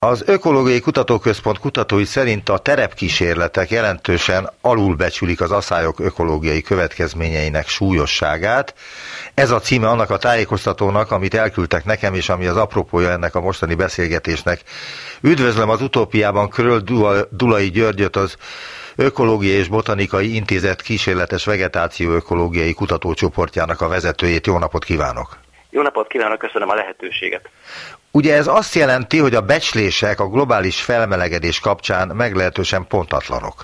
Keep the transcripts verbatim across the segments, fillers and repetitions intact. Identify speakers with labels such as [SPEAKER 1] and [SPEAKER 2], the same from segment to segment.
[SPEAKER 1] Az Ökológiai Kutatóközpont kutatói szerint a terepkísérletek jelentősen alulbecsülik az aszályok ökológiai következményeinek súlyosságát. Ez a címe annak a tájékoztatónak, amit elküldtek nekem, és ami az apropója ennek a mostani beszélgetésnek. Üdvözlöm az Utópiában Kröll Dulai Györgyöt, az Ökológiai és Botanikai Intézet kísérletes vegetáció-ökológiai kutatócsoportjának a vezetőjét. Jó napot kívánok!
[SPEAKER 2] Jó napot kívánok, köszönöm a lehetőséget!
[SPEAKER 1] Ugye ez azt jelenti, hogy a becslések a globális felmelegedés kapcsán meglehetősen pontatlanok.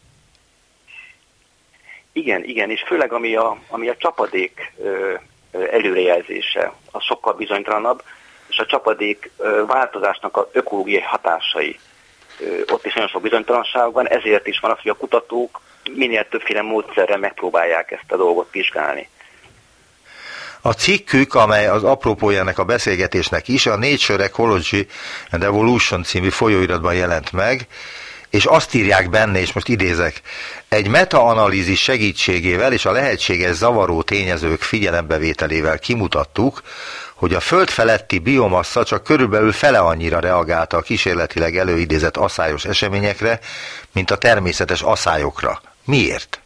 [SPEAKER 2] Igen, igen, és főleg ami a, ami a csapadék ö, ö, előrejelzése, az sokkal bizonytalanabb, és a csapadék ö, változásnak az ökológiai hatásai, ö, ott is nagyon sok bizonytalanság van, ezért is van az, hogy a kutatók minél többféle módszerrel megpróbálják ezt a dolgot vizsgálni.
[SPEAKER 1] A cikkük, amely az apropója ennek a beszélgetésnek is, a Nature Ecology and Evolution című folyóiratban jelent meg, és azt írják benne, és most idézek, egy metaanalízis segítségével és a lehetséges zavaró tényezők figyelembevételével kimutattuk, hogy a föld feletti biomassa csak körülbelül fele annyira reagálta a kísérletileg előidézett aszályos eseményekre, mint a természetes aszályokra. Miért?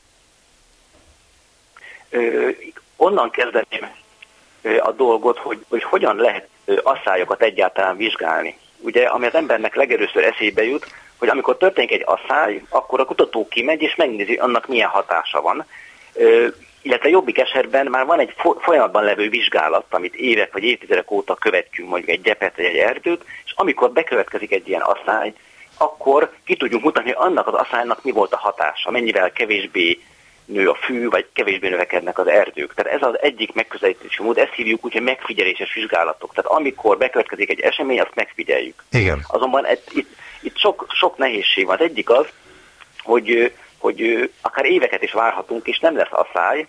[SPEAKER 2] Ö, onnan kezdeném a dolgot, hogy, hogy hogyan lehet asszályokat egyáltalán vizsgálni. Ugye, ami az embernek legelőször eszébe jut, hogy amikor történik egy asszály, akkor a kutató kimegy és megnézi, annak milyen hatása van. Ö, illetve jobbik esetben már van egy folyamatban levő vizsgálat, amit évek vagy évtizedek óta követjünk, mondjuk egy gyepet vagy egy erdőt, és amikor bekövetkezik egy ilyen asszály, akkor ki tudjuk mutatni, hogy annak az asszálynak mi volt a hatása, mennyivel kevésbé nő a fű, vagy kevésbé növekednek az erdők. Tehát ez az egyik megközelítési mód, ezt hívjuk úgy, hogy megfigyeléses vizsgálatok. Tehát amikor bekövetkezik egy esemény, azt megfigyeljük.
[SPEAKER 1] Igen.
[SPEAKER 2] Azonban ett, itt, itt sok, sok nehézség van. Az egyik az, hogy, hogy akár éveket is várhatunk, és nem lesz asszály,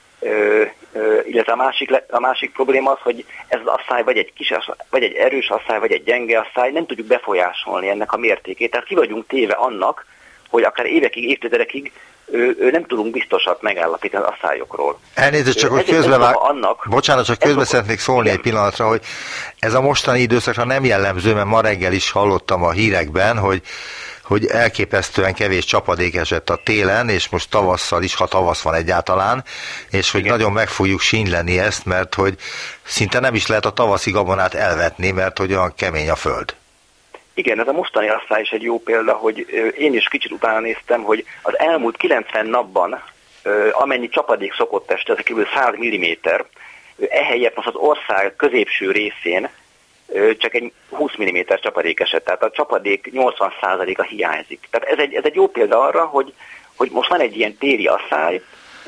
[SPEAKER 2] illetve a másik, a másik probléma az, hogy ez az asszály vagy egy kis asszály, vagy egy erős asszály, vagy egy gyenge asszály, nem tudjuk befolyásolni ennek a mértékét. Tehát ki vagyunk téve annak, hogy akár évekig, évtizedekig ő, ő nem tudunk biztosat megállapítani az asszályokról.
[SPEAKER 1] Elnézést, csak hogy közbevág...
[SPEAKER 2] annak,
[SPEAKER 1] Bocsánat, csak közbe
[SPEAKER 2] oka...
[SPEAKER 1] szeretnék szólni igen. Egy pillanatra, hogy ez a mostani időszakra nem jellemző, mert ma reggel is hallottam a hírekben, hogy, hogy elképesztően kevés csapadék esett a télen, és most tavasszal is, ha tavasz van egyáltalán, és hogy igen. Nagyon meg fogjuk sínyleni ezt, mert hogy szinte nem is lehet a tavaszi gabonát elvetni, mert hogy olyan kemény a föld. Igen, ez a mostani asszály is egy jó példa, hogy én is kicsit utána néztem, hogy az elmúlt kilencven napban amennyi csapadék szokott esni, ez kb. száz milliméter, ehelyett most az ország középső részén csak egy húsz milliméter csapadék esett, tehát a csapadék nyolcvan százaléka hiányzik. Tehát ez egy, ez egy jó példa arra, hogy, hogy most van egy ilyen téli asszály,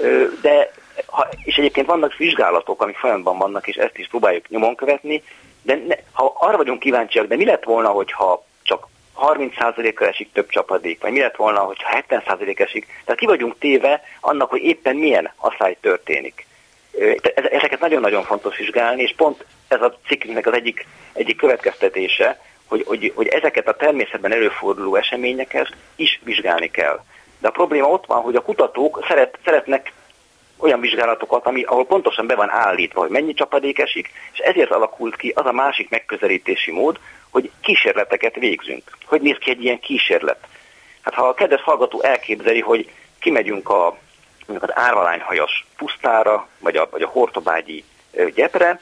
[SPEAKER 1] de ha, és egyébként vannak vizsgálatok, amik folyamatban vannak, és ezt is próbáljuk nyomon követni, de ne, ha arra vagyunk kíváncsiak, de mi lett volna, hogyha csak harminc százalékkal esik több csapadék, vagy mi lett volna, hogyha hetven százalék esik, tehát ki vagyunk téve annak, hogy éppen milyen asszály történik. Ezeket nagyon-nagyon fontos vizsgálni, és pont ez a cikkünknek az egyik, egyik következtetése, hogy, hogy, hogy ezeket a természetben előforduló eseményeket is vizsgálni kell. De a probléma ott van, hogy a kutatók szeret, szeretnek olyan vizsgálatokat, ami, ahol pontosan be van állítva, hogy mennyi csapadék esik, és ezért alakult ki az a másik megközelítési mód, hogy kísérleteket végzünk. Hogy néz ki egy ilyen kísérlet? Hát ha a kedves hallgató elképzeli, hogy kimegyünk a, mondjuk az árvalányhajas pusztára, vagy a, vagy a hortobágyi gyepre,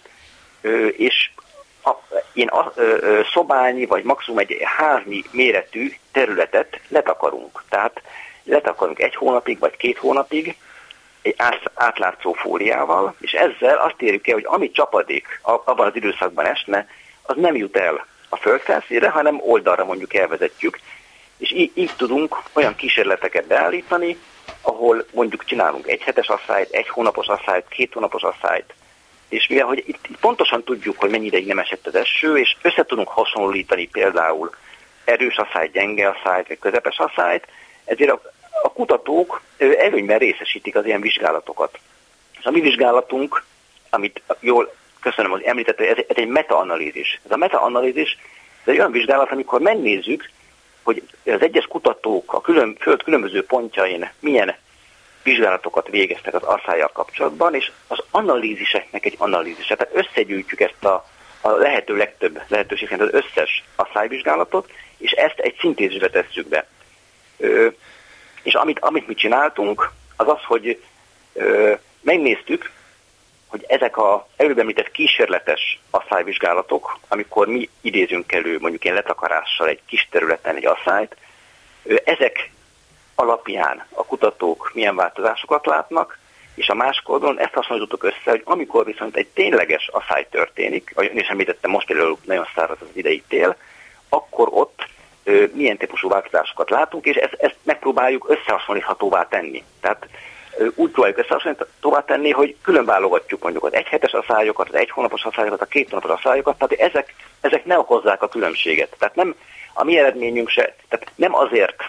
[SPEAKER 1] és a, ilyen a, ö, szobányi, vagy maximum egy háznyi méretű területet letakarunk. Tehát letakarunk egy hónapig, vagy két hónapig, egy átlátszó fóliával, és ezzel azt érjük el, hogy ami csapadék abban az időszakban esne, az nem jut el a földfelszínre, hanem oldalra mondjuk elvezetjük, és így, így tudunk olyan kísérleteket beállítani, ahol mondjuk csinálunk egy hetes asszályt, egy hónapos asszályt, két hónapos asszályt, és mivel hogy itt, itt pontosan tudjuk, hogy mennyi ideig nem esett az eső, és össze tudunk hasonlítani például erős asszályt, gyenge asszályt, vagy közepes asszályt, ezért a A kutatók előnyben részesítik az ilyen vizsgálatokat. És a mi vizsgálatunk, amit jól köszönöm, hogy említette, ez, ez egy metaanalízis. Ez a metaanalízis, ez egy olyan vizsgálat, amikor megnézzük, hogy az egyes kutatók a külön, föld különböző pontjain milyen vizsgálatokat végeztek az asszállyal kapcsolatban, és az analíziseknek egy analízise. Tehát összegyűjtjük ezt a,
[SPEAKER 2] a lehető legtöbb lehetőség szerint az összes asszályvizsgálatot, és ezt egy szintézisbe tesszük be. Ö, és amit, amit mi csináltunk, az az, hogy ö, megnéztük, hogy ezek az előbb említett kísérletes asszályvizsgálatok, amikor mi idézünk elő mondjuk ilyen letakarással egy kis területen egy asszályt, ö, ezek alapján a kutatók milyen változásokat látnak, és a másik oldalon ezt hasonlítottuk össze, hogy amikor viszont egy tényleges asszály történik, ahogy én is említettem, most például nagyon száraz az idei tél, akkor ott ö, milyen típusú változásokat látunk, és ezt, ezt megpróbáljuk összehasonlíthatóvá tenni. Tehát ö, úgy próbáljuk összehasonlíthatóvá tenni, hogy külön válogatjuk mondjuk az egyhetes asszályokat, az egy hónapos asszályokat, a két hónapos asszályokat, tehát ezek, ezek ne okozzák a különbséget. Tehát nem, a mi eredményünk se, tehát nem azért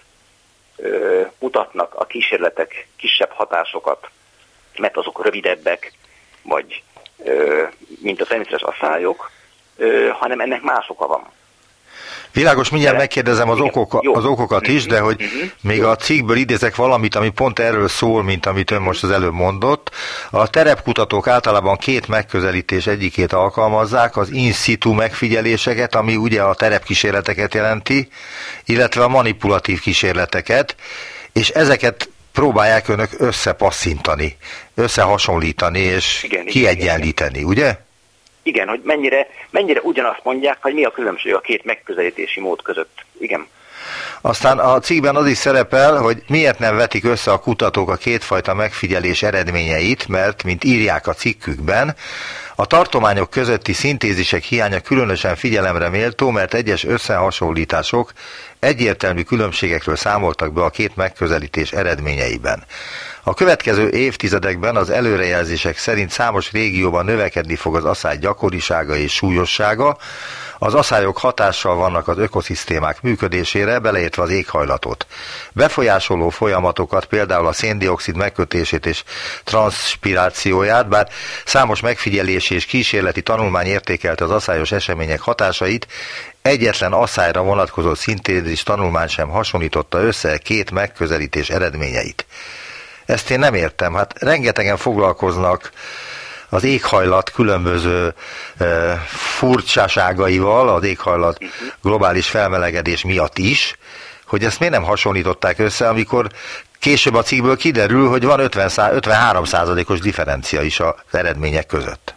[SPEAKER 2] ö, mutatnak a kísérletek kisebb hatásokat, mert azok rövidebbek, vagy ö, mint a természetes asszályok, ö, hanem ennek más oka van.
[SPEAKER 1] Világos, mindjárt megkérdezem az, okoka, az okokat is, de hogy
[SPEAKER 2] uh-huh.
[SPEAKER 1] még a cikkből idézek valamit, ami pont erről szól, mint amit ön most az előbb mondott. A terepkutatók általában két megközelítés egyikét alkalmazzák, az in situ megfigyeléseket, ami ugye a terepkísérleteket jelenti, illetve a manipulatív kísérleteket, és ezeket próbálják önök összepasszintani, összehasonlítani és igen, kiegyenlíteni, igen, ugye?
[SPEAKER 2] Igen, hogy mennyire, mennyire ugyanazt mondják, hogy mi a különbség a két megközelítési mód között. Igen.
[SPEAKER 1] Aztán a cikkben az is szerepel, hogy miért nem vetik össze a kutatók a kétfajta megfigyelés eredményeit, mert, mint írják a cikkükben, a tartományok közötti szintézisek hiánya különösen figyelemre méltó, mert egyes összehasonlítások egyértelmű különbségekről számoltak be a két megközelítés eredményeiben. A következő évtizedekben az előrejelzések szerint számos régióban növekedni fog az asszály gyakorisága és súlyossága. Az asszályok hatással vannak az ökoszisztémák működésére, beleértve az éghajlatot. Befolyásoló folyamatokat, például a széndioxid megkötését és transzpirációját, bár számos megfigyelési és kísérleti tanulmány értékelte az asszályos események hatásait, egyetlen asszályra vonatkozó szintézis tanulmány sem hasonlította össze két megközelítés eredményeit. Ezt én nem értem. Hát rengetegen foglalkoznak az éghajlat különböző e, furcsaságaival, az éghajlat globális felmelegedés miatt is, hogy ezt miért nem hasonlították össze, amikor később a cikkből kiderül, hogy van ötven-ötvenhárom százalékos differencia is az eredmények között.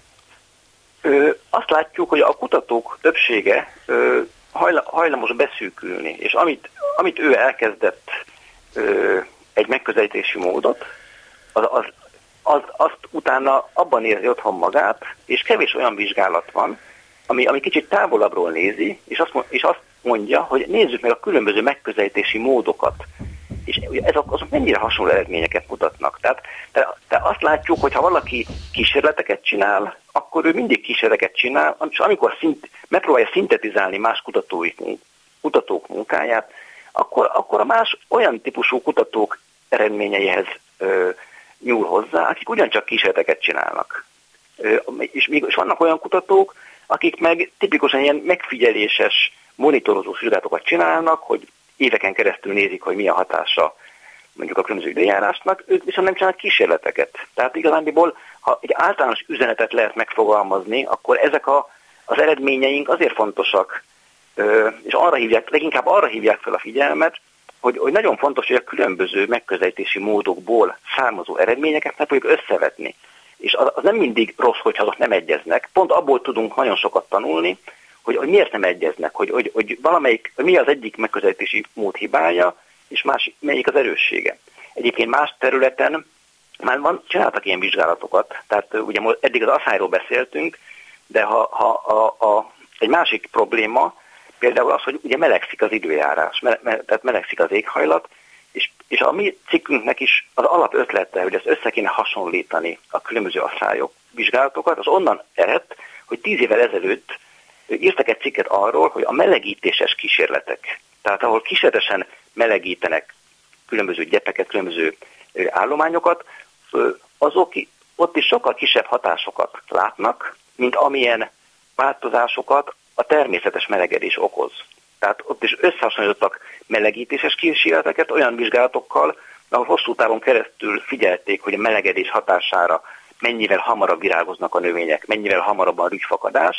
[SPEAKER 2] Ö, azt látjuk, hogy a kutatók többsége ö, hajla, hajlamos beszűkülni, és amit, amit ő elkezdett ö, egy megközelítési módot, az, az, az, azt utána abban érzi otthon magát, és kevés olyan vizsgálat van, ami, ami kicsit távolabbról nézi, és azt, és azt mondja, hogy nézzük meg a különböző megközelítési módokat, és ezek, azok mennyire hasonló eredményeket mutatnak. Tehát, tehát, tehát azt látjuk, hogy ha valaki kísérleteket csinál, akkor ő mindig kísérleteket csinál, és amikor szint, megpróbálja szintetizálni más kutatói, kutatók munkáját, akkor, akkor a más olyan típusú kutatók eredményeihez ö, nyúl hozzá, akik ugyancsak kísérleteket csinálnak. Ö, és, és vannak olyan kutatók, akik meg tipikusan ilyen megfigyeléses, monitorozó vizsgálatokat csinálnak, hogy éveken keresztül nézik, hogy mi a hatása mondjuk a különböző időjárásnak, ők viszont nem csinálnak kísérleteket. Tehát igazándiból, ha egy általános üzenetet lehet megfogalmazni, akkor ezek a, az eredményeink azért fontosak, és arra hívják, leginkább arra hívják fel a figyelmet, hogy, hogy nagyon fontos, hogy a különböző megközelítési módokból származó eredményeket meg fogjuk összevetni. És az, az nem mindig rossz, hogyha azok nem egyeznek. Pont abból tudunk nagyon sokat tanulni, hogy, hogy miért nem egyeznek, hogy, hogy, hogy valamelyik, mi az egyik megközelítési mód hibája, és más, melyik az erőssége. Egyébként más területen már van, csináltak ilyen vizsgálatokat, tehát ugye eddig az asszályról beszéltünk, de ha, ha a, a, egy másik probléma, például az, hogy ugye melegszik az időjárás, me, me, tehát melegszik az éghajlat, és, és a mi cikkünknek is az alapötlete, hogy ezt össze kéne hasonlítani a különböző asszályok vizsgálatokat, az onnan eredt, hogy tíz évvel ezelőtt írtak egy cikket arról, hogy a melegítéses kísérletek, tehát ahol kísérletesen melegítenek különböző gyepeket, különböző állományokat, azok ott is sokkal kisebb hatásokat látnak, mint amilyen változásokat a természetes melegedés okoz. Tehát ott is összehasonlítottak melegítéses kísérleteket olyan vizsgálatokkal, ahol hosszú távon keresztül figyelték, hogy a melegedés hatására mennyivel hamarabb virágoznak a növények, mennyivel hamarabb a rügyfakadás,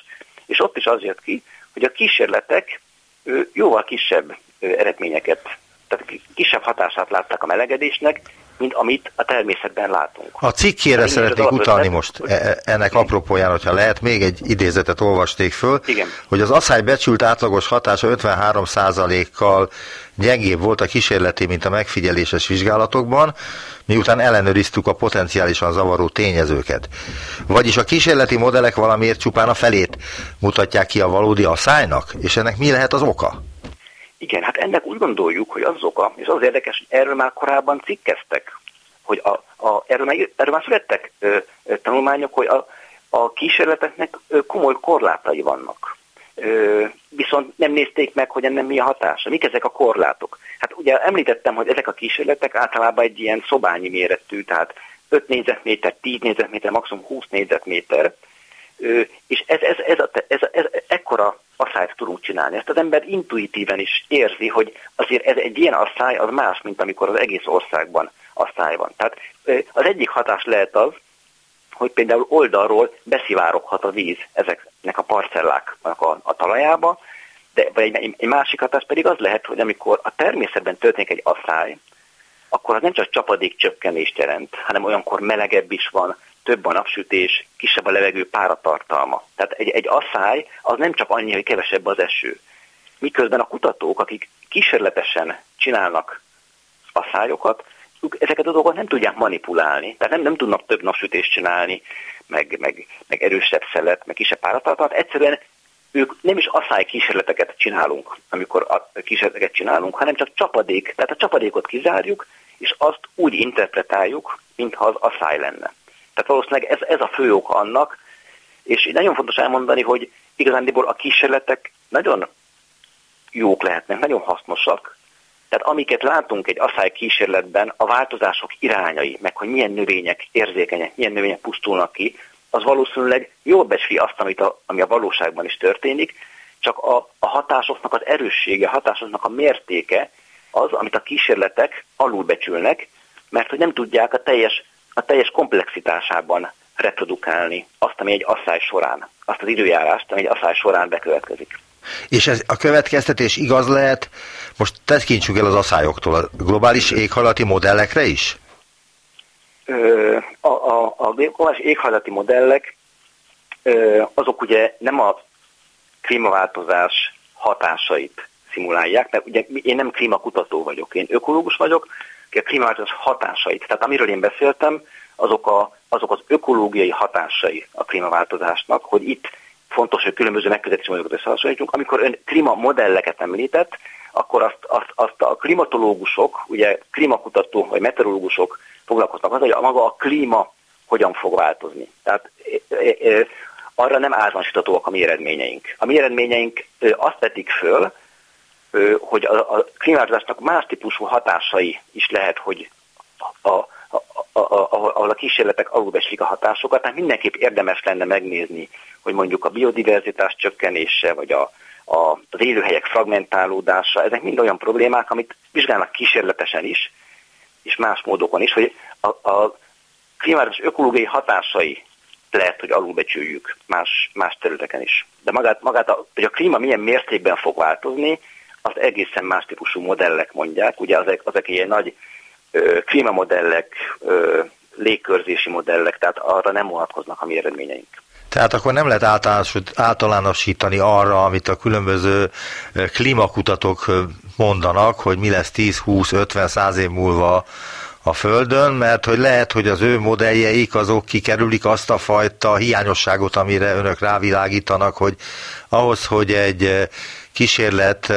[SPEAKER 2] és ott is az jött ki, hogy a kísérletek jóval kisebb eredményeket, tehát kisebb hatását látták a melegedésnek, mint amit a természetben látunk.
[SPEAKER 1] A cikkére szeretnék utalni most ennek apropóján, hogyha lehet, még egy idézetet olvasték föl, igen, hogy az asszály becsült átlagos hatása ötvenhárom százalékkal gyengébb volt a kísérleti, mint a megfigyeléses vizsgálatokban, miután ellenőriztük a potenciálisan zavaró tényezőket. Vagyis a kísérleti modellek valamiért csupán a felét mutatják ki a valódi asszálynak, és ennek mi lehet az oka?
[SPEAKER 2] Igen, hát ennek úgy gondoljuk, hogy az az oka, és az érdekes, hogy erről már korábban cikkeztek, hogy a, a, erről, már, erről már születtek ö, ö, tanulmányok, hogy a, a kísérleteknek ö, komoly korlátai vannak. Ö, viszont nem nézték meg, hogy ennek mi a hatása. Mik ezek a korlátok? Hát ugye említettem, hogy ezek a kísérletek általában egy ilyen szobányi méretű, tehát öt négyzetméter, tíz négyzetméter, maximum húsz négyzetméter, ö, és ez, ez, ez, a, ez, ez, ez ekkora asszályt tudunk csinálni. Ezt az ember intuitíven is érzi, hogy azért ez egy ilyen asszály az más, mint amikor az egész országban asszály van. Tehát az egyik hatás lehet az, hogy például oldalról beszivároghat a víz ezeknek a parcelláknak a, a talajába, de vagy egy, egy másik hatás pedig az lehet, hogy amikor a természetben történik egy asszály, akkor az nem csak csapadékcsökkenést jelent, hanem olyankor melegebb is van, több a napsütés, kisebb a levegő páratartalma. Tehát egy, egy asszály az nem csak annyi, hogy kevesebb az eső. Miközben a kutatók, akik kísérletesen csinálnak asszályokat, ezeket a dolgokat nem tudják manipulálni. Tehát nem, nem tudnak több napsütést csinálni, meg, meg, meg erősebb szelet, meg kisebb páratartalmat. Egyszerűen ők nem is asszály kísérleteket csinálunk, amikor a kísérleteket csinálunk, hanem csak csapadék. Tehát a csapadékot kizárjuk, és azt úgy interpretáljuk, mintha az asszály lenne. Tehát valószínűleg ez, ez a fő oka annak, és nagyon fontos elmondani, hogy igazándiból a kísérletek nagyon jók lehetnek, nagyon hasznosak. Tehát amiket látunk egy asszály kísérletben, a változások irányai, meg hogy milyen növények érzékenyek, milyen növények pusztulnak ki, az valószínűleg jól becsli azt, amit a, ami a valóságban is történik, csak a, a hatásoknak az erőssége, a hatásoknak a mértéke az, amit a kísérletek alulbecsülnek, mert hogy nem tudják a teljes a teljes komplexitásában reprodukálni azt, ami egy asszály során, azt az időjárást, ami egy asszály során bekövetkezik.
[SPEAKER 1] És ez a következtetés igaz lehet, most tekintsük el az asszályoktól, a globális éghajlati modellekre is?
[SPEAKER 2] Ö, a, a, a globális éghajlati modellek ö, azok ugye nem a klímaváltozás hatásait szimulálják, mert ugye én nem klímakutató vagyok, én ökológus vagyok, a klímaváltozás hatásait. Tehát amiről én beszéltem, azok, a, azok az ökológiai hatásai a klímaváltozásnak, hogy itt fontos, hogy különböző megközelítési módokat összehasonlítsunk. Amikor ön klímamodelleket említett, akkor azt, azt, azt a klimatológusok, ugye klímakutató vagy meteorológusok foglalkoznak azzal, hogy a maga a klíma hogyan fog változni. Tehát e, e, arra nem általánosítatóak a mi eredményeink. A mi eredményeink azt vetik föl, hogy a, a klímaváltozásnak más típusú hatásai is lehet, hogy a, a, a, a, ahol a kísérletek alulbecslik a hatásokat, tehát mindenképp érdemes lenne megnézni, hogy mondjuk a biodiverzitás csökkenése, vagy a, a, az élőhelyek fragmentálódása, ezek mind olyan problémák, amit vizsgálnak kísérletesen is, és más módokon is, hogy a, a klímaváltozás ökológiai hatásai lehet, hogy alulbecsüljük más, más területeken is. De magát, magát a, hogy a klíma milyen mértékben fog változni, az egészen más típusú modellek mondják. Ugye azek, azek ilyen nagy ö, klímamodellek, ö, légkörzési modellek, tehát arra nem vonatkoznak a mi eredményeink.
[SPEAKER 1] Tehát akkor nem lehet általánosítani arra, amit a különböző klímakutatók mondanak, hogy mi lesz tíz, húsz, ötven, száz év múlva a Földön, mert hogy lehet, hogy az ő modelljeik azok kikerülik azt a fajta hiányosságot, amire önök rávilágítanak, hogy ahhoz, hogy egy kísérlet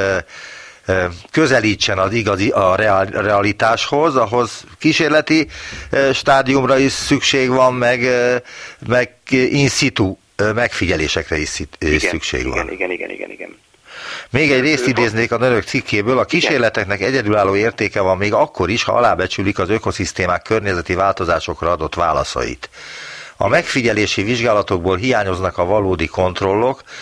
[SPEAKER 1] közelítsen az igazi a realitáshoz, ahhoz kísérleti stádiumra is szükség van, meg, meg in situ megfigyelésekre is igen, szükség
[SPEAKER 2] igen,
[SPEAKER 1] van.
[SPEAKER 2] Igen, igen, igen, igen.
[SPEAKER 1] Még egy részt idéznék a önök cikkéből, a kísérleteknek egyedülálló értéke van még akkor is, ha alábecsülik az ökoszisztémák környezeti változásokra adott válaszait. A megfigyelési vizsgálatokból hiányoznak a valódi kontrollok,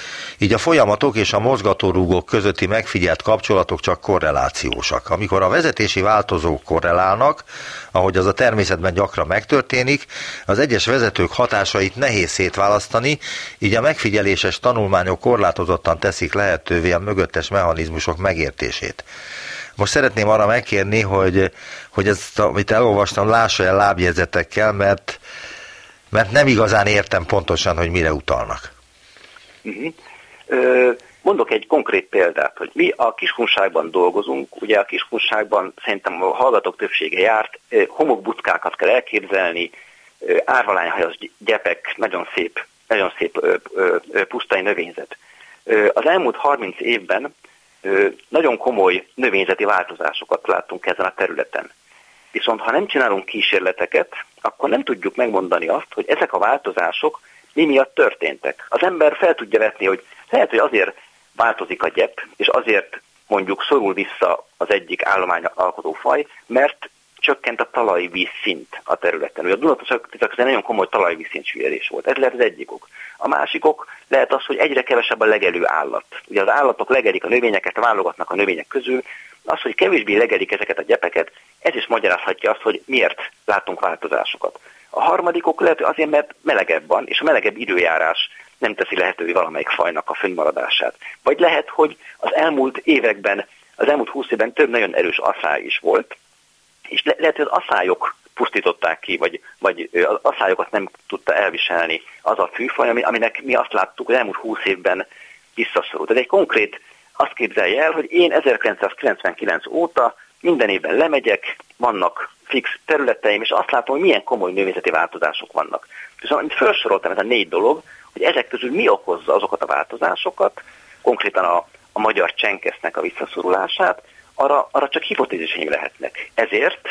[SPEAKER 1] Így a folyamatok és a mozgatórugók közötti megfigyelt kapcsolatok csak korrelációsak. Amikor a vezetési változók korrelálnak, ahogy az a természetben gyakran megtörténik, az egyes vezetők hatásait nehéz szétválasztani, így a megfigyeléses tanulmányok korlátozottan teszik lehetővé a mögöttes mechanizmusok megértését. Most szeretném arra megkérni, hogy, hogy ezt, amit elolvastam, lássa el lábjegyzetekkel, mert, mert nem igazán értem pontosan, hogy mire utalnak.
[SPEAKER 2] Uh-huh. Ö, mondok egy konkrét példát, hogy mi a Kiskunságban dolgozunk, ugye a Kiskunságban szerintem a hallgatók többsége járt, homokbuckákat kell elképzelni, árvalányhajaz gyepek, nagyon szép, nagyon szép ö, ö, ö, pusztai növényzet. Ö, az elmúlt harminc évben ö, nagyon komoly növényzeti változásokat láttunk ezen a területen. Viszont ha nem csinálunk kísérleteket, akkor nem tudjuk megmondani azt, hogy ezek a változások mi miatt történtek. Az ember fel tudja vetni, hogy lehet, hogy azért változik a gyep, és azért mondjuk szorul vissza az egyik állomány alkotó faj, mert csökkent a talajvíz szint a területen. Ugye a Dunaparton nagyon komoly talajvízszint süllyedés volt. Ez lehet az egyikük. A másikok lehet az, hogy egyre kevesebb a legelő állat. Ugye az állatok legelik a növényeket, válogatnak a növények közül. Az, hogy kevésbé legelik ezeket a gyepeket, ez is magyarázhatja azt, hogy miért látunk változásokat. A harmadikok lehet, hogy azért, mert melegebb van, és a melegebb időjárás nem teszi lehetővé valamelyik fajnak a fönnmaradását. Vagy lehet, hogy az elmúlt években, az elmúlt húsz évben több nagyon erős aszály is volt, és le- lehet, hogy az aszályok pusztították ki, vagy, vagy az aszályokat nem tudta elviselni az a fűfaj, aminek mi azt láttuk, hogy az elmúlt húsz évben visszaszorult. Ez egy konkrét, azt képzelje el, hogy én ezerkilencszázkilencvenkilenc óta minden évben lemegyek, vannak fix területeim, és azt látom, hogy milyen komoly növényzeti változások vannak. Viszont amit felsoroltam, ez a négy dolog, hogy ezek közül mi okozza azokat a változásokat, konkrétan a, a magyar csenkesznek a visszaszorulását, arra, arra csak hipotéziseim lehetnek. Ezért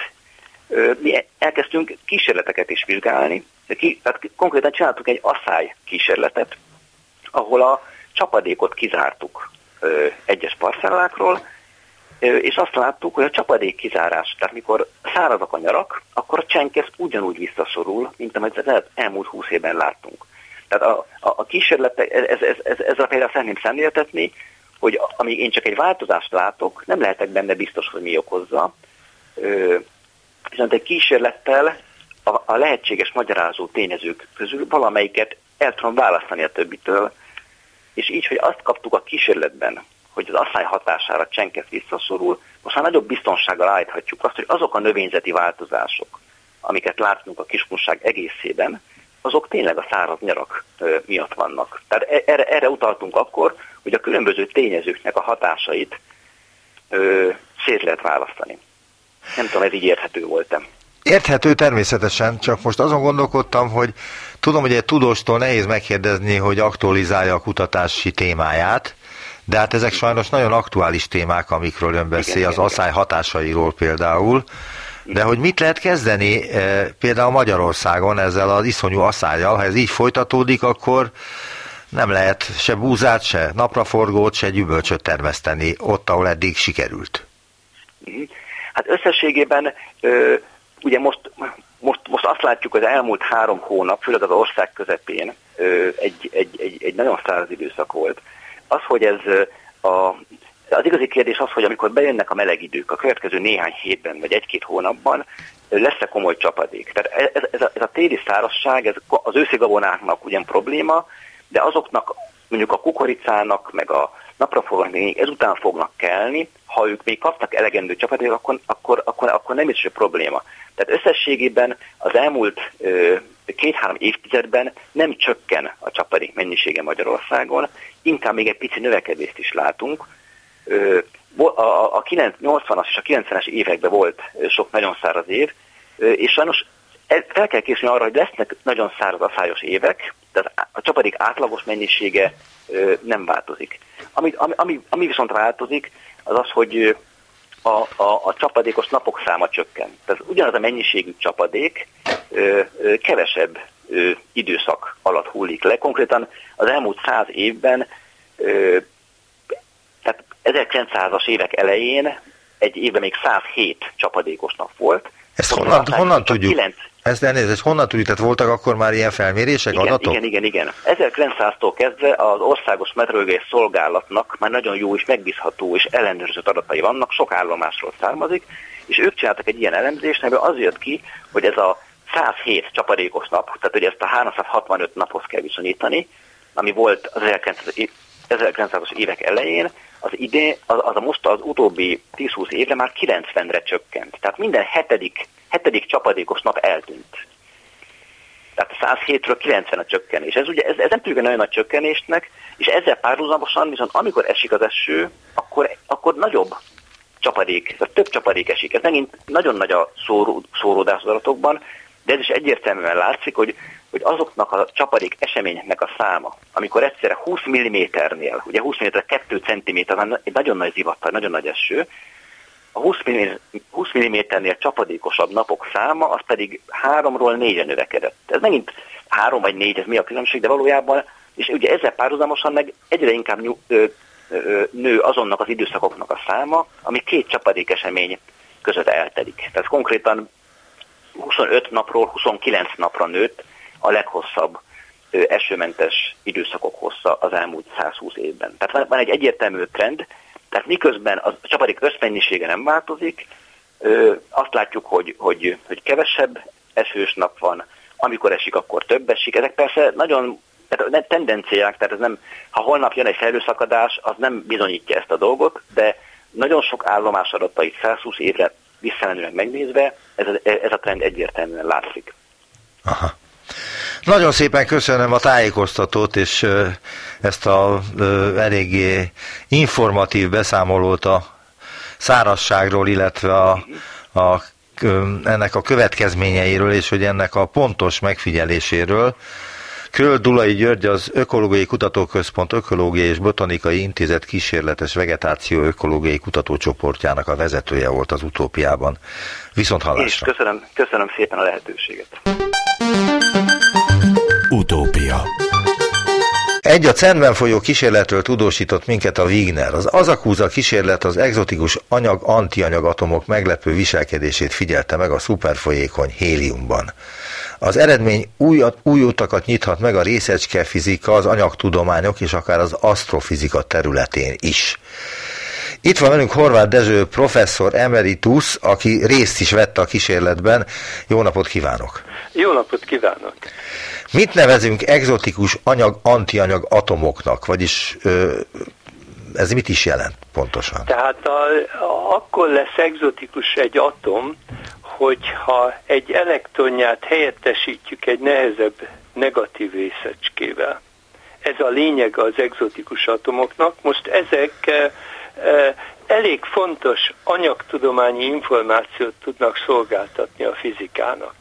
[SPEAKER 2] ö, mi elkezdtünk kísérleteket is vizsgálni, ki, tehát konkrétan csináltuk egy aszály kísérletet, ahol a csapadékot kizártuk ö, egyes parcellákról, és azt láttuk, hogy a csapadék kizárás, tehát mikor szárazak a nyarak, akkor a csenkesz ugyanúgy visszaszorul, mint amit az elmúlt húsz évben láttunk. Tehát a, a, a kísérletek, ez, ez, ez, ezzel például szeretném szemléltetni, hogy amíg én csak egy változást látok, nem lehetek benne biztos, hogy mi okozza. Viszont egy kísérlettel a, a lehetséges magyarázó tényezők közül valamelyiket el tudom választani a többitől, és így, hogy azt kaptuk a kísérletben, hogy az aszály hatására csenkesz visszaszorul, most már nagyobb biztonsággal állíthatjuk azt, hogy azok a növényzeti változások, amiket látunk a Kiskunság egészében, azok tényleg a száraz nyarak miatt vannak. Tehát erre, erre utaltunk akkor, hogy a különböző tényezőknek a hatásait ö, szét lehet választani. Nem tudom, ez így érthető volt-e.
[SPEAKER 1] Érthető természetesen, csak most azon gondolkodtam, hogy tudom, hogy egy tudóstól nehéz megkérdezni, hogy aktualizálja a kutatási témáját, de hát ezek sajnos nagyon aktuális témák, amikről ön beszél, igen, az igen, aszály hatásairól például, de hogy mit lehet kezdeni e, például Magyarországon ezzel az iszonyú aszályjal, ha ez így folytatódik, akkor nem lehet se búzát, se napraforgót, se gyümölcsöt termeszteni ott, ahol eddig sikerült.
[SPEAKER 2] Hát összességében ö, ugye most, most, most azt látjuk, hogy az elmúlt három hónap, főleg az ország közepén ö, egy, egy, egy, egy nagyon száraz időszak volt. Az, hogy ez a, az igazi kérdés az, hogy amikor bejönnek a meleg idők a következő néhány hétben, vagy egy-két hónapban, lesz-e komoly csapadék. Tehát ez, ez, a, ez a téli szárazság, ez az őszi gabonáknak ugyan probléma, de azoknak, mondjuk a kukoricának, meg a napraforgónak ezután fognak kelni, ha ők még kapnak elegendő csapadékot, akkor, akkor, akkor, akkor nem is probléma. Tehát összességében az elmúlt ö, két-három évtizedben nem csökken a csapadék mennyisége Magyarországon, inkább még egy pici növekedést is látunk. Ö, a, a, a nyolcvanas és a kilencvenes években volt sok nagyon száraz év, ö, és sajnos fel kell készülni arra, hogy lesznek nagyon száraz aszályos évek, tehát a csapadék átlagos mennyisége ö, nem változik. Ami, ami, ami, ami viszont változik, az az, hogy a, a, a csapadékos napok száma csökken. Tehát ugyanaz a mennyiségű csapadék ö, ö, kevesebb ö, időszak alatt hullik le. Konkrétan az elmúlt száz évben, ö, tehát ezerkilencszázas évek elején egy évben még száz hét csapadékos nap volt.
[SPEAKER 1] Ezt honnan, honnan tudjuk? Ezt elnézést, honnan tudjuk, tehát voltak akkor már ilyen felmérések,
[SPEAKER 2] igen,
[SPEAKER 1] adatok?
[SPEAKER 2] Igen, igen, igen. ezerkilencszáztól kezdve az Országos Meteorológiai Szolgálatnak már nagyon jó és megbízható és ellenőrzött adatai vannak, sok állomásról származik, és ők csináltak egy ilyen elemzést, amiből az jött ki, hogy ez a száz hét csapadékos nap, tehát hogy ezt a háromszázhatvanöt naphoz kell viszonyítani, ami volt az ezerkilencszázas évek elején, az idén, az, az a most az utóbbi tíz-húsz évre már kilencvenre csökkent. Tehát minden hetedik, hetedik csapadékos nap eltűnt. Tehát száz hétről kilencvenre csökkenés. Ez ugye ez, ez nem tűnik nagyon nagy csökkenésnek, és ezzel párhuzamosan viszont amikor esik az eső, akkor, akkor nagyobb csapadék, tehát több csapadék esik. Ez megint nagyon nagy a szóró, szóródás az adatokban, de ez is egyértelműen látszik, hogy, hogy azoknak a csapadék eseményeknek a száma, amikor egyszerre húsz milliméternél, ugye húsz milliméter kettő centiméter, egy nagyon nagy zivatar, nagyon nagy eső, a húsz milliméternél csapadékosabb napok száma, az pedig háromról négyre növekedett. Ez megint három vagy négy, ez mi a különbség, de valójában, és ugye ezzel párhuzamosan meg egyre inkább nyug, ö, ö, nő azonnak az időszakoknak a száma, ami két csapadékesemény között eltelik. Tehát konkrétan huszonöt napról huszonkilenc napra nőtt a leghosszabb ö, esőmentes időszakok hossza az elmúlt százhúsz évben. Tehát van, van egy egyértelmű trend, tehát miközben a csapadék összmennyisége nem változik, ö, azt látjuk, hogy, hogy, hogy kevesebb esős nap van, amikor esik, akkor több esik. Ezek persze nagyon tehát tendenciák, tehát ez nem, ha holnap jön egy felhőszakadás, az nem bizonyítja ezt a dolgot, de nagyon sok állomás adatait százhúsz évre visszamenőleg megnézve, ez a, ez a trend egyértelműen látszik.
[SPEAKER 1] Aha. Nagyon szépen köszönöm a tájékoztatót, és ezt a eléggé informatív beszámolót a szárazságról, illetve a, a, ennek a következményeiről, és hogy ennek a pontos megfigyeléséről. Köll Dulai György, az Ökológiai Kutatóközpont Ökológiai és Botanikai Intézet kísérletes vegetáció ökológiai kutatócsoportjának a vezetője volt az Utópiában. Viszont hallásra.
[SPEAKER 2] És köszönöm, köszönöm szépen a lehetőséget.
[SPEAKER 3] Utópia.
[SPEAKER 1] Egy a cernben folyó kísérletről tudósított minket a Wigner. Az Asakusa kísérlet az egzotikus anyag-antianyag-atomok meglepő viselkedését figyelte meg a szuperfolyékony héliumban. Az eredmény új, új utakat nyithat meg a részecskefizika, az anyagtudományok és akár az asztrofizika területén is. Itt van velünk Horváth Dezső professzor emeritus, aki részt is vett a kísérletben. Jó napot kívánok!
[SPEAKER 4] Jó napot kívánok!
[SPEAKER 1] Mit nevezünk egzotikus anyag-antianyag atomoknak, vagyis ö, ez mit is jelent pontosan?
[SPEAKER 4] Tehát a, a, akkor lesz egzotikus egy atom, hogyha egy elektronját helyettesítjük egy nehezebb negatív részecskével. Ez a lényeg az egzotikus atomoknak. Most ezek e, e, elég fontos anyagtudományi információt tudnak szolgáltatni a fizikának.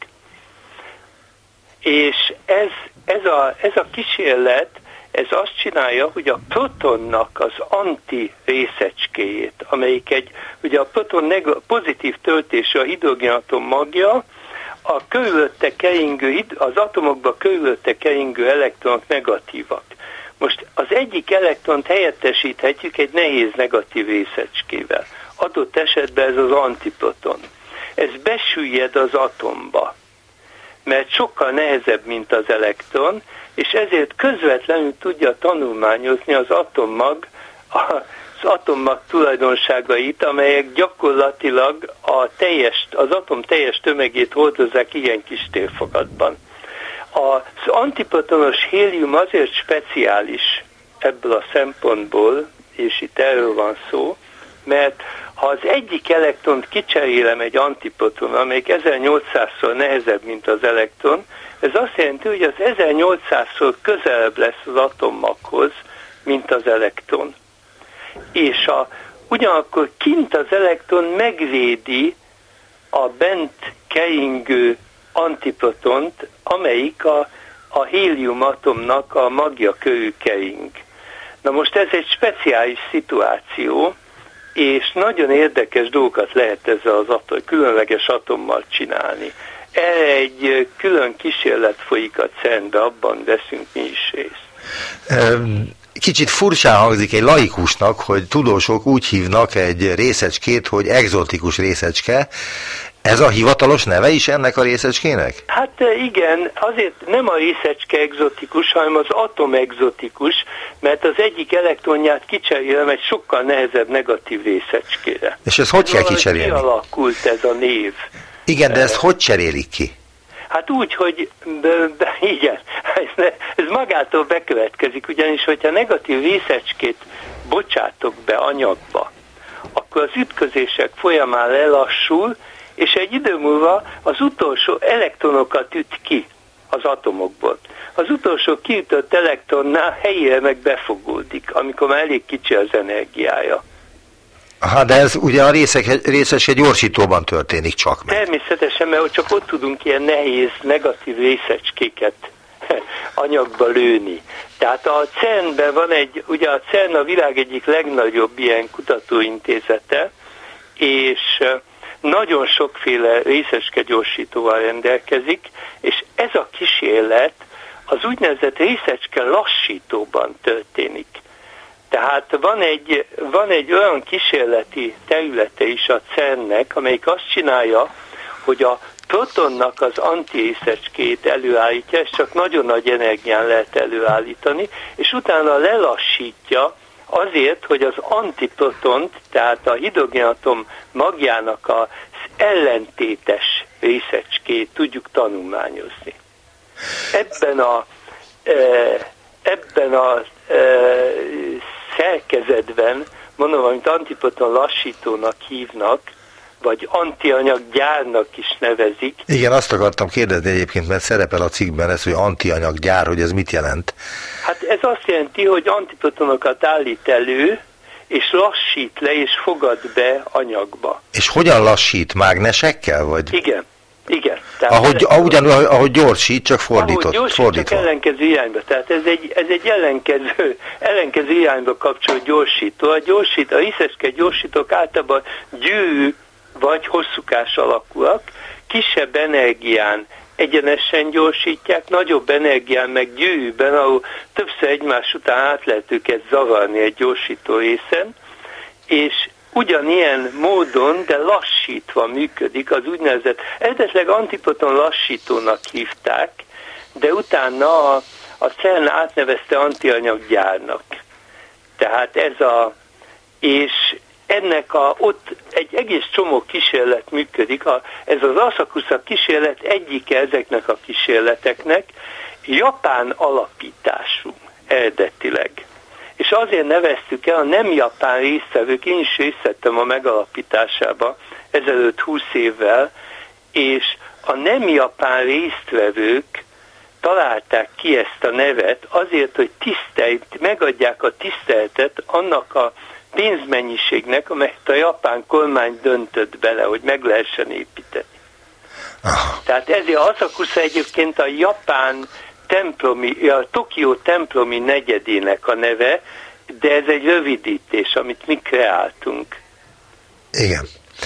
[SPEAKER 4] És ez, ez, a, ez a kísérlet, ez azt csinálja, hogy a protonnak az anti részecskéjét, amelyik egy, ugye a proton neg- pozitív töltésű a hidrogénatom magja, a körülötte keringő, az atomokba körülötte keringő elektronok negatívak. Most az egyik elektront helyettesíthetjük egy nehéz negatív részecskével. Adott esetben ez az antiproton. Ez besüllyed az atomba, mert sokkal nehezebb, mint az elektron, és ezért közvetlenül tudja tanulmányozni az atommag, az atommag tulajdonságait, amelyek gyakorlatilag a teljes, az atom teljes tömegét hordozzák ilyen kis térfogatban. Az antiprotonos hélium azért speciális ebből a szempontból, és itt erről van szó, mert ha az egyik elektront kicserélem egy antiproton, amelyik ezernyolcszázszor nehezebb, mint az elektron, ez azt jelenti, hogy az ezernyolcszázszor közelebb lesz az atommaghoz, mint az elektron. És a, ugyanakkor kint az elektron megvédi a bent keringő antiprotont, amelyik a, a hélium atomnak a magja körül kering. Na most ez egy speciális szituáció, és nagyon érdekes dolgokat lehet ezzel az atom, különleges atommal csinálni. Erre egy külön kísérlet folyik a cernbe, abban veszünk mi is részt.
[SPEAKER 1] Kicsit furcsán hangzik egy laikusnak, hogy tudósok úgy hívnak egy részecskét, hogy egzotikus részecske. Ez a hivatalos neve is ennek a részecskének?
[SPEAKER 4] Hát igen, azért nem a részecske egzotikus, hanem az atom egzotikus, mert az egyik elektronját kicserélem egy sokkal nehezebb negatív részecskére.
[SPEAKER 1] És ez hogy ez kell kicserélni?
[SPEAKER 4] Kialakult ez a név.
[SPEAKER 1] Igen, de ezt hogy cserélik ki?
[SPEAKER 4] Hát úgy, hogy be, be, igen, ez, ez magától bekövetkezik, ugyanis hogyha negatív részecskét bocsátok be anyagba, akkor az ütközések folyamán lelassul, és egy idő múlva az utolsó elektronokat üt ki az atomokból. Az utolsó kiütött elektronnál helyére meg befogódik, amikor már elég kicsi az energiája.
[SPEAKER 1] Aha, de ez ugye a részek, részecske gyorsítóban történik csak meg.
[SPEAKER 4] Természetesen, mert csak ott tudunk ilyen nehéz, negatív részecskéket anyagba lőni. Tehát a cernben van egy, ugye a cern a világ egyik legnagyobb ilyen kutatóintézete, és nagyon sokféle részecske gyorsítóval rendelkezik, és ez a kísérlet az úgynevezett részecske lassítóban történik. Tehát van egy, van egy olyan kísérleti területe is a cernnek, amelyik azt csinálja, hogy a protonnak az antirésecskét előállítja, és csak nagyon nagy energián lehet előállítani, és utána lelassítja azért, hogy az antiprotont, tehát a hidrogénatom magjának az ellentétes részecskét tudjuk tanulmányozni. Ebben a, ebben a szerkezetben, mondom, amit antiproton lassítónak hívnak, vagy antianyaggyárnak is nevezik.
[SPEAKER 1] Igen, azt akartam kérdezni egyébként, mert szerepel a cikkben ez, hogy antianyaggyár, hogy ez mit jelent?
[SPEAKER 4] Hát ez azt jelenti, hogy antiprotonokat állít elő, és lassít le, és fogad be anyagba.
[SPEAKER 1] És hogyan lassít? Mágnesekkel, vagy?
[SPEAKER 4] Igen, igen.
[SPEAKER 1] Ahogy, ahogyan, ahogy gyorsít, csak fordított.
[SPEAKER 4] Ahogy gyorsít,
[SPEAKER 1] fordítva.
[SPEAKER 4] csak ellenkező irányba. Tehát ez egy, ez egy ellenkező, ellenkező irányba kapcsolódó gyorsító. A gyorsító, a részecske gyorsítók általában gyűrű vagy hosszúkás alakúak, kisebb energián egyenesen gyorsítják, nagyobb energián meg gyűrűben, ahol többször egymás után át lehet őket zavarni egy gyorsító részen, és ugyanilyen módon, de lassítva működik az úgynevezett, eredetileg antiproton lassítónak hívták, de utána a, a cern átnevezte antianyaggyárnak. Tehát ez a, és ennek a, ott egy egész csomó kísérlet működik, a, ez az Asakusa kísérlet egyike ezeknek a kísérleteknek, japán alapítású eredetileg. És azért neveztük el a nem japán résztvevők, én is részt vettem a megalapításába ezelőtt húsz évvel, és a nem japán résztvevők találták ki ezt a nevet azért, hogy tisztelt, megadják a tiszteletet annak a pénzmennyiségnek, amelyet a japán kormány döntött bele, hogy meg lehessen építeni. Ah. Tehát ezért Asakusa egyébként a japán templomi, a Tokió templomi negyedének a neve, de ez egy rövidítés, amit mi kreáltunk.
[SPEAKER 1] Igen.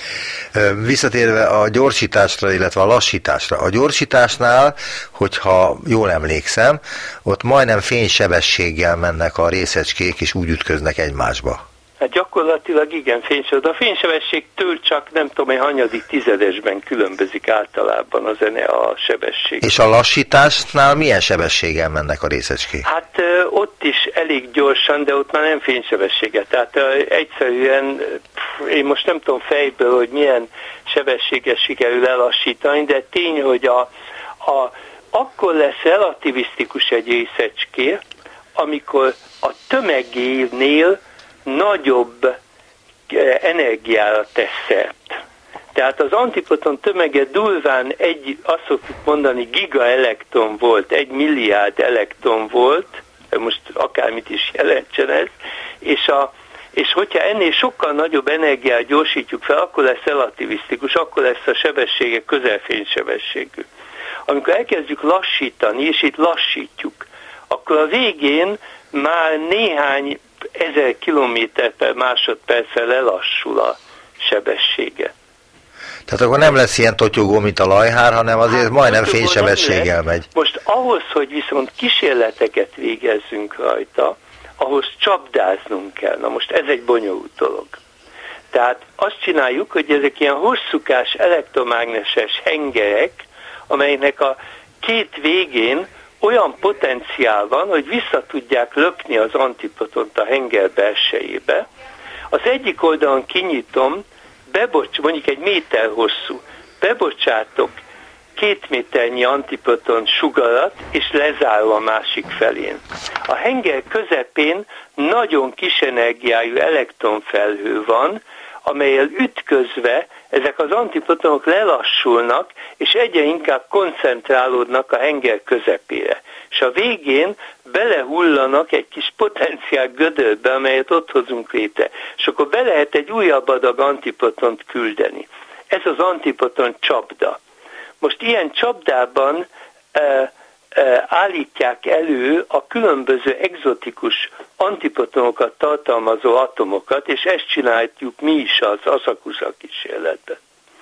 [SPEAKER 1] Visszatérve a gyorsításra, illetve a lassításra. A gyorsításnál, hogyha jól emlékszem, ott majdnem fénysebességgel mennek a részecskék, és úgy ütköznek egymásba.
[SPEAKER 4] Hát gyakorlatilag igen, fénysebesség. A fénysebességtől csak nem tudom, hogy hanyadik tizedesben különbözik általában a zene a sebesség.
[SPEAKER 1] És a lassításnál milyen sebességgel mennek a részecskék?
[SPEAKER 4] Hát ott is elég gyorsan, de ott már nem fénysebessége. Tehát egyszerűen, én most nem tudom fejből, hogy milyen sebességgel sikerül elassítani, de tény, hogy a, a, akkor lesz relativisztikus egy részecské, amikor a tömegénél nagyobb energiára tesz szert. Tehát az antiproton tömege durván egy, azt szoktuk mondani, gigaelektron volt, egy milliárd elektron volt, most akármit is jelentsen ez, és, a, és hogyha ennél sokkal nagyobb energiát gyorsítjuk fel, akkor lesz relativisztikus, akkor lesz a sebessége közelfénysebességű. Amikor elkezdjük lassítani, és itt lassítjuk, akkor a végén már néhány ezer kilométer per másodperccel lelassul a sebessége.
[SPEAKER 1] Tehát akkor nem lesz ilyen totyogó, mint a lajhár, hanem azért hát, majdnem fénysebességgel megy.
[SPEAKER 4] Most ahhoz, hogy viszont kísérleteket végezzünk rajta, ahhoz csapdáznunk kell. Na most ez egy bonyolult dolog. Tehát azt csináljuk, hogy ezek ilyen hosszúkás elektromágneses hengerek, amelynek a két végén olyan potenciál van, hogy vissza tudják lökni az antipotont a henger belsejébe. Az egyik oldalon kinyitom, bebocs, mondjuk egy méter hosszú, bebocsátok két méternyi antiproton sugarat, és lezárom a másik felén. A henger közepén nagyon kis energiájú elektronfelhő van, amellyel ütközve ezek az antiprotonok lelassulnak, és egyre inkább koncentrálódnak a henger közepére. És a végén belehullanak egy kis potenciál gödörbe, amelyet ott hozunk létre. És akkor be lehet egy újabb adag antiprotont küldeni. Ez az antiproton csapda. Most ilyen csapdában e, e, állítják elő a különböző egzotikus antiprotonokat tartalmazó atomokat, és ezt csináljuk mi is az Asakusa kísérletben.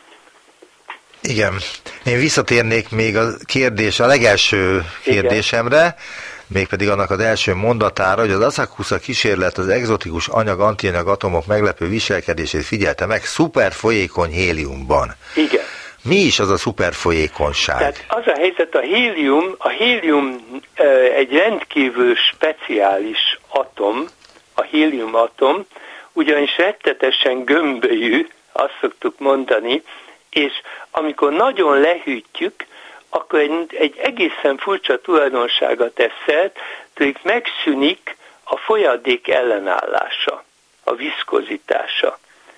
[SPEAKER 1] Igen. Én visszatérnék még a kérdés, a legelső kérdésemre, igen, mégpedig annak az első mondatára, hogy az Asakusa kísérlet az egzotikus anyag-antianyag atomok meglepő viselkedését figyelte meg szuperfolyékony héliumban.
[SPEAKER 4] Igen.
[SPEAKER 1] Mi is az a szuperfolyékonyság?
[SPEAKER 4] Tehát az a helyzet, a hélium, a hélium egy rendkívül speciális atom, a hélium atom, ugyanis rettetesen gömbölyű, azt szoktuk mondani, és amikor nagyon lehűtjük, akkor egy, egy egészen furcsa tulajdonsága tesz szert, hogy megszűnik a folyadék ellenállása, a viszkozitása.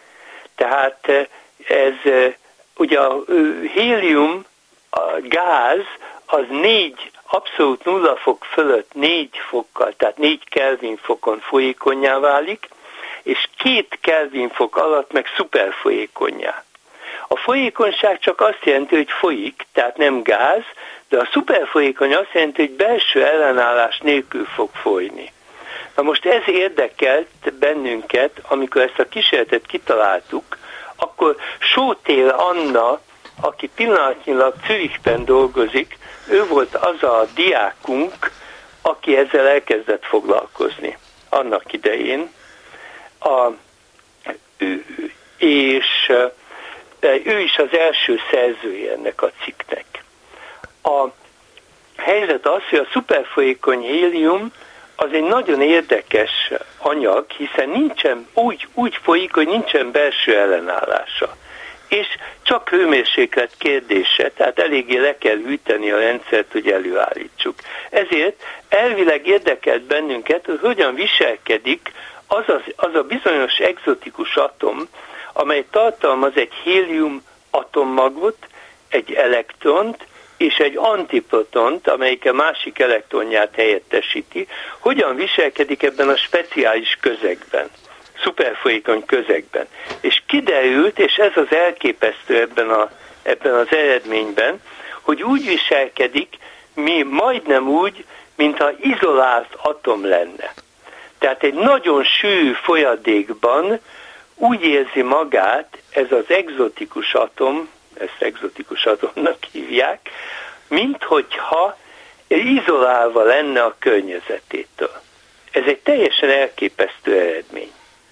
[SPEAKER 4] Tehát ez... Ugye a hélium, a gáz, az négy, abszolút nulla fok fölött négy fokkal, tehát négy Kelvin fokon folyékonnyá válik, és két Kelvin fok alatt meg szuperfolyékonnyá. A folyékonyság csak azt jelenti, hogy folyik, tehát nem gáz, de a szuperfolyékony azt jelenti, hogy belső ellenállás nélkül fog folyni. Na most ez érdekelt bennünket, amikor ezt a kísérletet kitaláltuk, akkor Sótél Anna, aki pillanatnyilag Zürichben dolgozik, ő volt az a diákunk, aki ezzel elkezdett foglalkozni annak idején. A, ő, és ő is az első szerzője ennek a cikknek. A helyzet az, hogy a szuperfolyékony hélium az egy nagyon érdekes anyag, hiszen nincsen, úgy, úgy folyik, hogy nincsen belső ellenállása. És csak hőmérséklet kérdése, tehát eléggé le kell hűteni a rendszert, hogy előállítsuk. Ezért elvileg érdekelt bennünket, hogy hogyan viselkedik az, az, az a bizonyos egzotikus atom, amely tartalmaz egy hélium atommagot, egy elektront, és egy antiprotont, amelyik a másik elektronját helyettesíti, hogyan viselkedik ebben a speciális közegben, szuperfolyékony közegben. És kiderült, és ez az elképesztő ebben, a, ebben az eredményben, hogy úgy viselkedik, mi majdnem úgy, mintha izolált atom lenne. Tehát egy nagyon sűrű folyadékban úgy érzi magát ez az egzotikus atom, ezt egzotikus atomnak hívják, minthogyha izolálva lenne a környezetétől. Ez egy teljesen elképesztő eredmény.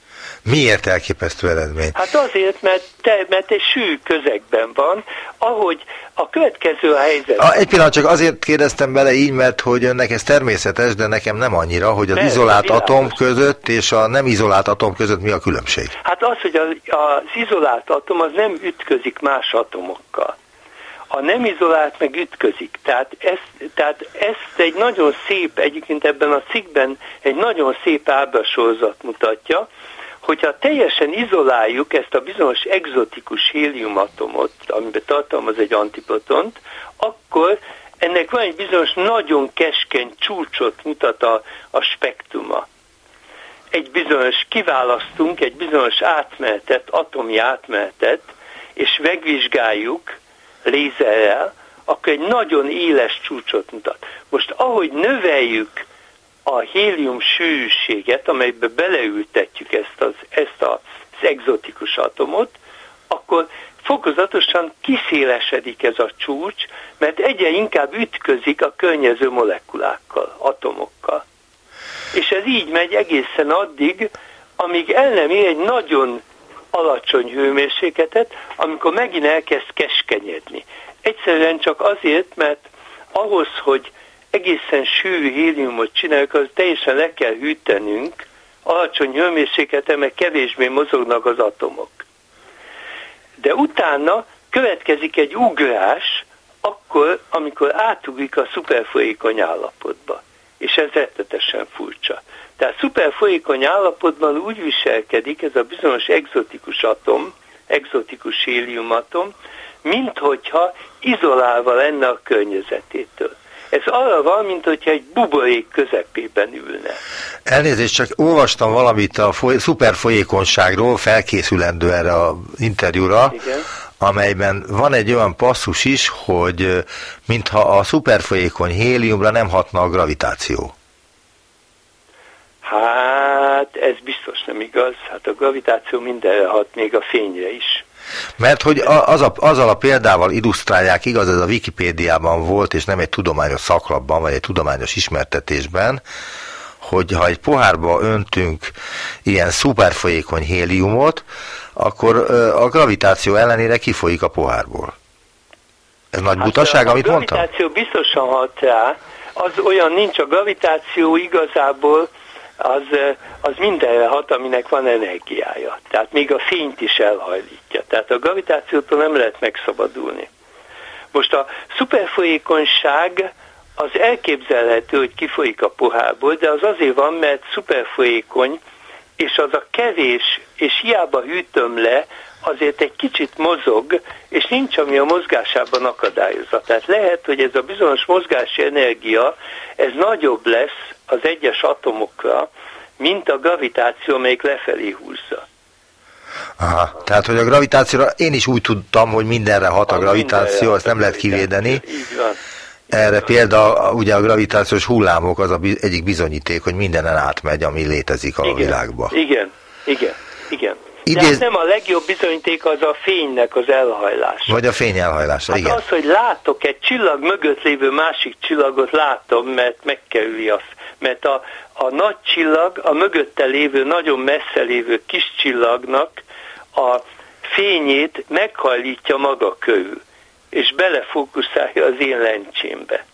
[SPEAKER 1] Miért elképesztő eredmény?
[SPEAKER 4] Hát azért, mert, te, mert egy sűrű közegben van, ahogy a következő a helyzet.
[SPEAKER 1] A, egy pillanat, csak azért kérdeztem bele így, mert hogy önnek ez természetes, de nekem nem annyira, hogy az Persze, izolált világos. atom között és a nem izolált atom között mi a különbség? Hát
[SPEAKER 4] az, hogy a, az izolált atom az nem ütközik más atomokkal. A nem izolált meg ütközik. Tehát ezt, tehát ezt egy nagyon szép, egyébként ebben a cikkben egy nagyon szép ábrasorozat mutatja, hogyha teljesen izoláljuk ezt a bizonyos egzotikus héliumatomot, amiben tartalmaz egy antiprotont, akkor ennek van egy bizonyos nagyon keskeny csúcsot mutat a, a spektruma. Egy bizonyos, kiválasztunk egy bizonyos átmenetet, atomi átmenetet, és megvizsgáljuk lézerrel, akkor egy nagyon éles csúcsot mutat. Most ahogy növeljük a hélium sűrűséget, amelybe beleültetjük ezt az, ezt az egzotikus atomot, akkor fokozatosan kiszélesedik ez a csúcs, mert egyre inkább ütközik a környező molekulákkal, atomokkal. És ez így megy egészen addig, amíg el nem ér egy nagyon alacsony hőmérsékletet, amikor megint elkezd keskenyedni. Egyszerűen csak azért, mert ahhoz, hogy egészen sűrű héliumot csináljuk, az teljesen le kell hűtenünk, alacsony hőmérsékleten, meg kevésbé mozognak az atomok. De utána következik egy ugrás, akkor, amikor átugrik a szuperfolyékony állapotba. És ez rettetesen furcsa. Tehát szuperfolyékony állapotban úgy viselkedik ez a bizonyos egzotikus atom, egzotikus héliumatom, mint hogyha izolálva lenne a környezetétől. Ez arra van, mint hogyha egy buborék közepében ülne.
[SPEAKER 1] Elnézést, csak olvastam valamit a foly- szuperfolyékonyságról, felkészülendő erre az interjúra, igen, amelyben van egy olyan passzus is, hogy mintha a szuperfolyékony héliumra nem hatna a gravitáció.
[SPEAKER 4] Hát, ez biztos nem igaz. Hát a gravitáció mindenre hat, még a fényre is.
[SPEAKER 1] Mert hogy az a, azzal a példával illusztrálják, igaz, ez a Wikipédiában volt, és nem egy tudományos szaklapban, vagy egy tudományos ismertetésben, hogy ha egy pohárba öntünk ilyen szuperfolyékony héliumot, akkor a gravitáció ellenére kifolyik a pohárból. Ez nagy hát butaság, amit mondtam?
[SPEAKER 4] A gravitáció biztosan hat rá, az olyan nincs, a gravitáció igazából az, az mindenre hat, aminek van energiája. Tehát még a fényt is elhajlítja. Tehát a gravitációtól nem lehet megszabadulni. Most a szuperfolyékonyság az elképzelhető, hogy kifolyik a pohárból, de az azért van, mert szuperfolyékony, és az a kevés, és hiába hűtöm le, azért egy kicsit mozog, és nincs, ami a mozgásában akadályozza. Tehát lehet, hogy ez a bizonyos mozgási energia, ez nagyobb lesz az egyes atomokra, mint a gravitáció, amelyik lefelé húzza.
[SPEAKER 1] Aha, tehát, hogy a gravitációra, én is úgy tudtam, hogy mindenre hat a, a gravitáció, azt nem lehet kivédeni.
[SPEAKER 4] Így van.
[SPEAKER 1] Erre például ugye a gravitációs hullámok az a egyik bizonyíték, hogy mindenen átmegy, ami létezik a
[SPEAKER 4] igen,
[SPEAKER 1] világban.
[SPEAKER 4] Igen, igen, igen.
[SPEAKER 1] Idéz...
[SPEAKER 4] De hát nem a legjobb bizonyíték az a fénynek az elhajlása.
[SPEAKER 1] Vagy a fény elhajlása,
[SPEAKER 4] hát
[SPEAKER 1] igen.
[SPEAKER 4] Az, hogy látok egy csillag mögött lévő másik csillagot, látom, mert megkerüli azt. Mert a, a nagy csillag, a mögötte lévő, nagyon messze lévő kis csillagnak a fényét meghajlítja maga körül, és belefókuszálja az én lencsémbe.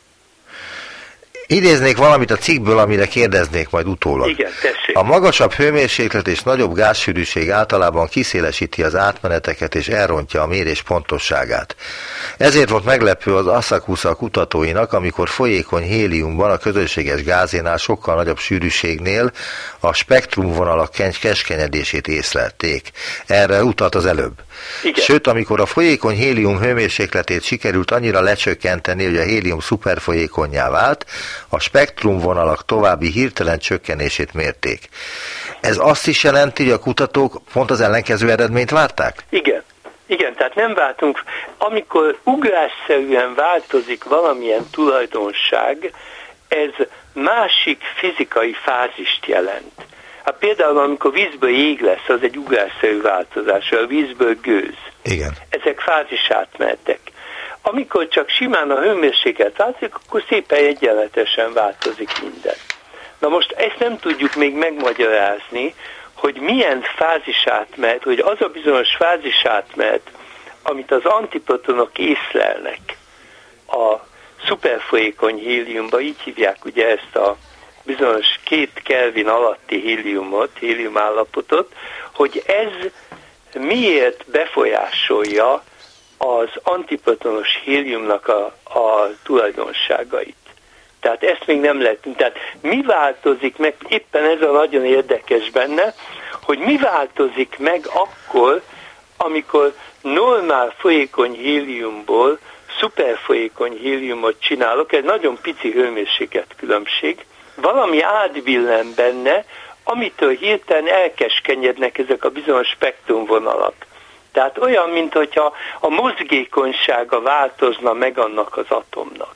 [SPEAKER 1] Idéznék valamit a cikkből, amire kérdeznék majd utólag.
[SPEAKER 4] Igen, tessék.
[SPEAKER 1] A magasabb hőmérséklet és nagyobb gázsűrűség általában kiszélesíti az átmeneteket és elrontja a mérés pontosságát. Ezért volt meglepő az Asakusa kutatóinak, amikor folyékony héliumban a közönséges gázénál sokkal nagyobb sűrűségnél a spektrumvonalak keskenyedését észlelték. Erre utalt az előbb.
[SPEAKER 4] Igen.
[SPEAKER 1] Sőt, amikor a folyékony hélium hőmérsékletét sikerült annyira lecsökkenteni, hogy a hélium szuperfolyékonnyá vált, a spektrumvonalak további hirtelen csökkenését mérték. Ez azt is jelenti, hogy a kutatók pont az ellenkező eredményt várták?
[SPEAKER 4] Igen. Igen, tehát nem váltunk. Amikor ugrásszerűen változik valamilyen tulajdonság, ez másik fizikai fázist jelent. Hát például, amikor vízből jég lesz, az egy ugrásszerű változás, a vízből gőz.
[SPEAKER 1] Igen.
[SPEAKER 4] Ezek fázisátmenetek. Amikor csak simán a hőmérséklet változik, akkor szépen egyenletesen változik minden. Na most ezt nem tudjuk még megmagyarázni, hogy milyen fázisátmenet, hogy az a bizonyos fázisátmenet, amit az antiprotonok észlelnek a szuperfolyékony héliumba, így hívják ugye ezt a bizonyos két Kelvin alatti héliumot, héliumállapotot, hogy ez miért befolyásolja az antiprotonos héliumnak a, a tulajdonságait. Tehát ezt még nem lehet. Tehát mi változik meg, éppen ez a nagyon érdekes benne, hogy mi változik meg akkor, amikor normál folyékony héliumból szuperfolyékony héliumot csinálok, egy nagyon pici hőmérséklet különbség, valami átbillen benne, amitől hirtelen elkeskenyednek ezek a bizonyos spektrumvonalak. Tehát olyan, mintha a mozgékonysága változna meg annak az atomnak.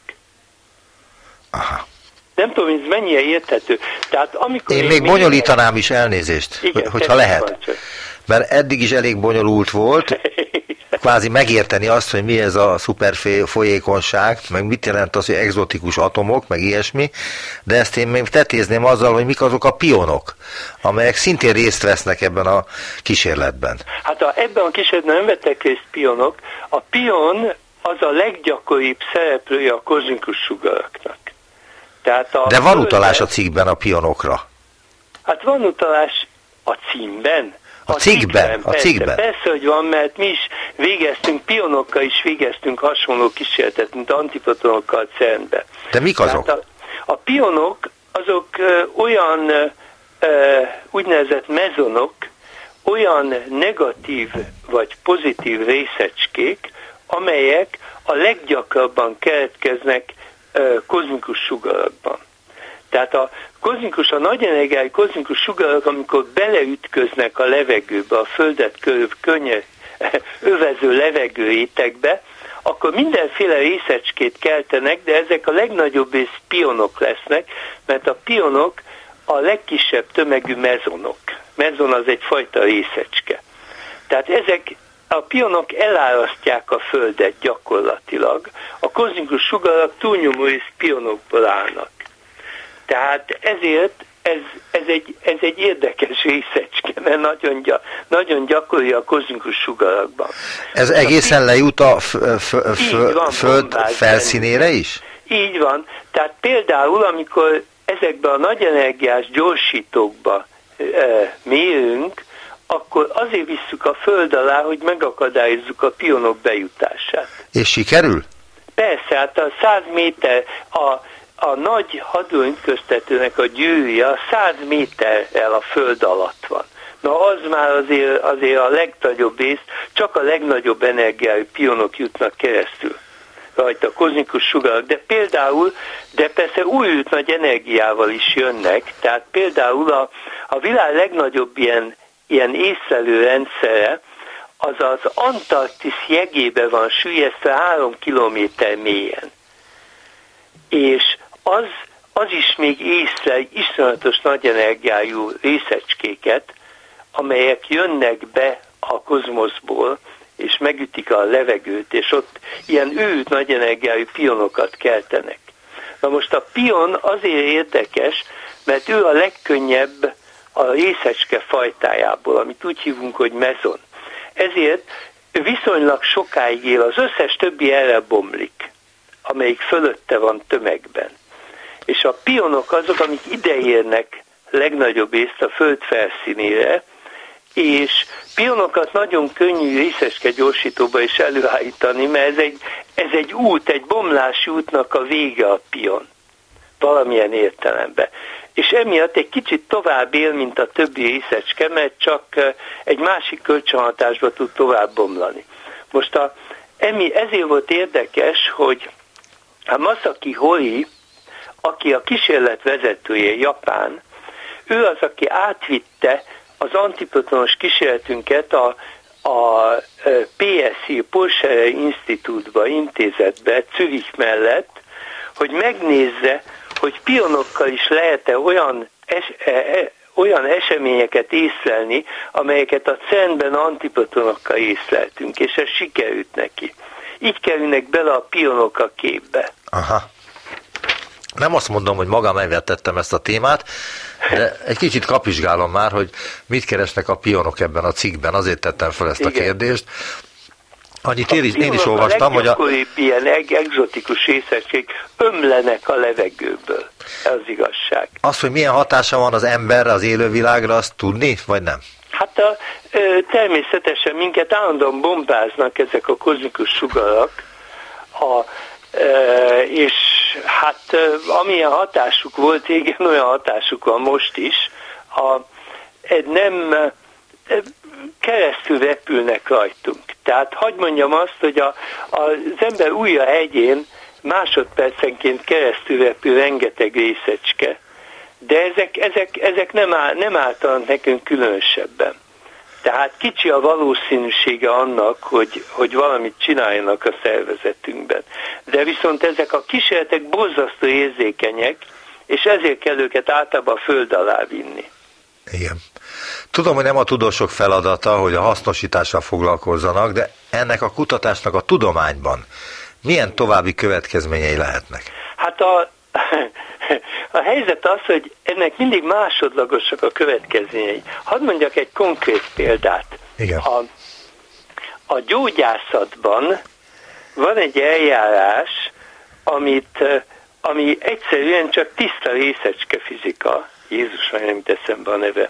[SPEAKER 1] Aha.
[SPEAKER 4] Nem tudom, ez mennyire érthető. Tehát amikor
[SPEAKER 1] én, én még bonyolítanám is, elnézést,
[SPEAKER 4] igen,
[SPEAKER 1] hogyha lehet.
[SPEAKER 4] Csak.
[SPEAKER 1] Mert eddig is elég bonyolult volt. kvázi megérteni azt, hogy mi ez a szuperfolyékonyság, meg mit jelent az, hogy egzotikus atomok, meg ilyesmi, de ezt én még tetézném azzal, hogy mik azok a pionok, amelyek szintén részt vesznek ebben a kísérletben.
[SPEAKER 4] Hát a, ebben a kísérletben nem vettek részt pionok. A pion az a leggyakoribb szereplője a kozmikus sugaraknak. Tehát a
[SPEAKER 1] de van
[SPEAKER 4] Földön,
[SPEAKER 1] utalás a cikkben a pionokra.
[SPEAKER 4] Hát van utalás a címben.
[SPEAKER 1] A, a cikkben, a
[SPEAKER 4] persze,
[SPEAKER 1] cikkben.
[SPEAKER 4] Persze, hogy van, mert mi is végeztünk, pionokkal is végeztünk hasonló kísérletet, mint antiprotonokkal cernbe.
[SPEAKER 1] De mik azok?
[SPEAKER 4] A, a pionok azok ö, olyan ö, úgynevezett mezonok, olyan negatív vagy pozitív részecskék, amelyek a leggyakrabban keletkeznek ö, kozmikus sugarakban. Tehát a kozmikus, a nagy energiájú kozmikus sugarak, amikor beleütköznek a levegőbe, a Földet körül könnyen övező levegőétekbe, akkor mindenféle részecskét keltenek, de ezek a legnagyobb rész pionok lesznek, mert a pionok a legkisebb tömegű mezonok. Mezon az egyfajta részecske. Tehát ezek a pionok elárasztják a Földet gyakorlatilag. A kozmikus sugarak túlnyomó rész pionokból állnak. Tehát ezért ez, ez, egy, ez egy érdekes részecske, mert nagyon, gy- nagyon gyakori a kozmikus sugarakban.
[SPEAKER 1] Ez a egészen pi- lejut a f- f- f- van, Föld felszínére is?
[SPEAKER 4] Így van. Tehát például, amikor ezekben a nagy energiás gyorsítókba e, mérünk, akkor azért visszük a Föld alá, hogy megakadályozzuk a pionok bejutását.
[SPEAKER 1] És sikerül?
[SPEAKER 4] Persze, hát a száz méter, a A nagy hadróütköztetőnek a gyűrűje száz méterrel a Föld alatt van. Na az már azért, azért a legnagyobb részt, csak a legnagyobb energiájú pionok jutnak keresztül rajta, kozmikus sugarak. De például, de persze újult nagy energiával is jönnek, tehát például a, a világ legnagyobb ilyen, ilyen észlelő rendszere, az az Antarktisz jegébe van süllyesztve három kilométer mélyen. És az, az is még észlel iszonyatos nagy energiájú részecskéket, amelyek jönnek be a kozmoszból, és megütik a levegőt, és ott ilyen őrült nagy energiájú pionokat keltenek. Na most a pion azért érdekes, mert ő a legkönnyebb a részecske fajtájából, amit úgy hívunk, hogy mezon. Ezért viszonylag sokáig él, az összes többi erre bomlik, amelyik fölötte van tömegben. És a pionok azok, amik ideérnek legnagyobb részt a Föld felszínére, és pionokat nagyon könnyű részecske gyorsítóba is előállítani, mert ez egy, ez egy út, egy bomlási útnak a vége a pion. Valamilyen értelemben. És emiatt egy kicsit tovább él, mint a többi részecske, mert csak egy másik kölcsönhatásba tud tovább bomlani. Most a, emi, ezért volt érdekes, hogy a Masaki Hori, aki a kísérlet vezetője, Japán, ő az, aki átvitte az antiprotonos kísérletünket a, a pé es i, Porsche Institute-ba, intézetbe, Zürich mellett, hogy megnézze, hogy pionokkal is lehet-e olyan, es, e, olyan eseményeket észlelni, amelyeket a cernben antiprotonokkal észleltünk, és ez sikerült neki. Így kerülnek bele a pionok a képbe.
[SPEAKER 1] Aha. Nem azt mondom, hogy magam elvetettem ezt a témát, de egy kicsit kapizsgálom már, hogy mit keresnek a pionok ebben a cikkben, azért tettem fel ezt
[SPEAKER 4] Igen.
[SPEAKER 1] a kérdést. Annyit én is, én is olvastam, hogy a...
[SPEAKER 4] ilyen egzotikus részecskék ömlenek a levegőből. Ez az igazság.
[SPEAKER 1] Az, hogy milyen hatása van az emberre, az élővilágra, azt tudni, vagy nem?
[SPEAKER 4] Hát a, természetesen minket állandóan bombáznak ezek a kozmikus sugarak, a, és hát amilyen hatásuk volt, igen, olyan hatásuk van most is, a, nem keresztül repülnek rajtunk. Tehát hadd mondjam azt, hogy a, az ember ujja hegyén másodpercenként keresztül repül rengeteg részecske, de ezek, ezek, ezek nem, áll, nem álltanak nekünk különösebben. Tehát kicsi a valószínűsége annak, hogy, hogy valamit csináljanak a szervezetünkben. De viszont ezek a kísérletek borzasztó érzékenyek, és ezért kell őket általában a föld alá vinni.
[SPEAKER 1] Igen. Tudom, hogy nem a tudósok feladata, hogy a hasznosítással foglalkozzanak, de ennek a kutatásnak a tudományban milyen további következményei lehetnek? Hát
[SPEAKER 4] a, a helyzet az, hogy ennek mindig másodlagosak a következményei. Hadd mondjak egy konkrét példát.
[SPEAKER 1] Igen.
[SPEAKER 4] A, a gyógyászatban van egy eljárás, amit, ami egyszerűen csak tiszta részecske fizika. Jézus, már nem jut eszembe a neve.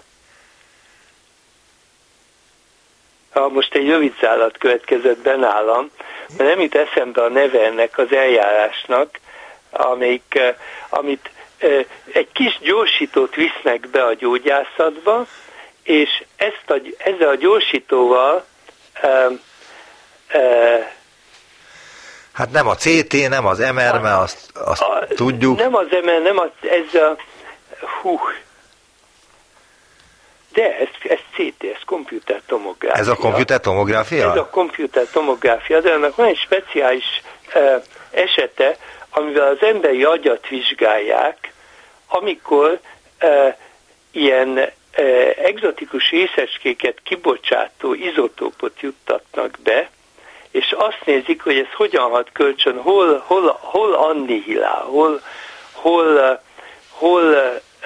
[SPEAKER 4] Ha most egy rövid szállat következett be nálam, mert nem jut eszembe a neve ennek az eljárásnak, amelyik, amit egy kis gyorsítót visznek be a gyógyászatba, és ezt a, ezzel a gyorsítóval e, e,
[SPEAKER 1] hát nem a cé té, nem az em er, mert azt, azt a, tudjuk.
[SPEAKER 4] Nem az em er, nem az, ez a hú, de ez, ez cé té, ez komputertomográfia.
[SPEAKER 1] Ez a komputertomográfia?
[SPEAKER 4] Ez a komputertomográfia, de annak van egy speciális e, esete, amivel az emberi agyat vizsgálják, amikor e, ilyen e, egzotikus részecskéket kibocsátó izotópot juttatnak be, és azt nézik, hogy ez hogyan hat kölcsön, hol, hol, hol annihilál, hol, hol, hol e,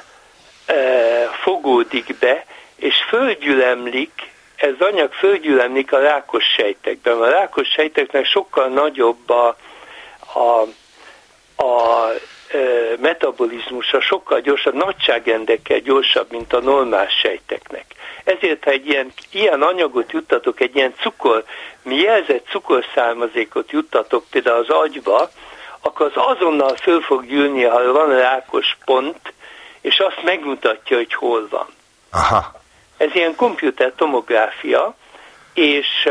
[SPEAKER 4] e, fogódik be, és földgyülemlik, ez anyag földgyülemlik a rákos sejtekben. A rákos sejteknek sokkal nagyobb a a, a e, metabolizmusa, sokkal gyorsabb, nagyságrendekkel gyorsabb, mint a normál sejteknek. Ezért, ha egy ilyen, ilyen anyagot juttatok, egy ilyen cukor, mi jelzett cukorszármazékot juttatok például az agyba, akkor az azonnal föl fog gyűlni, ha van rákos pont, és azt megmutatja, hogy hol van.
[SPEAKER 1] Aha.
[SPEAKER 4] Ez ilyen komputertomográfia, és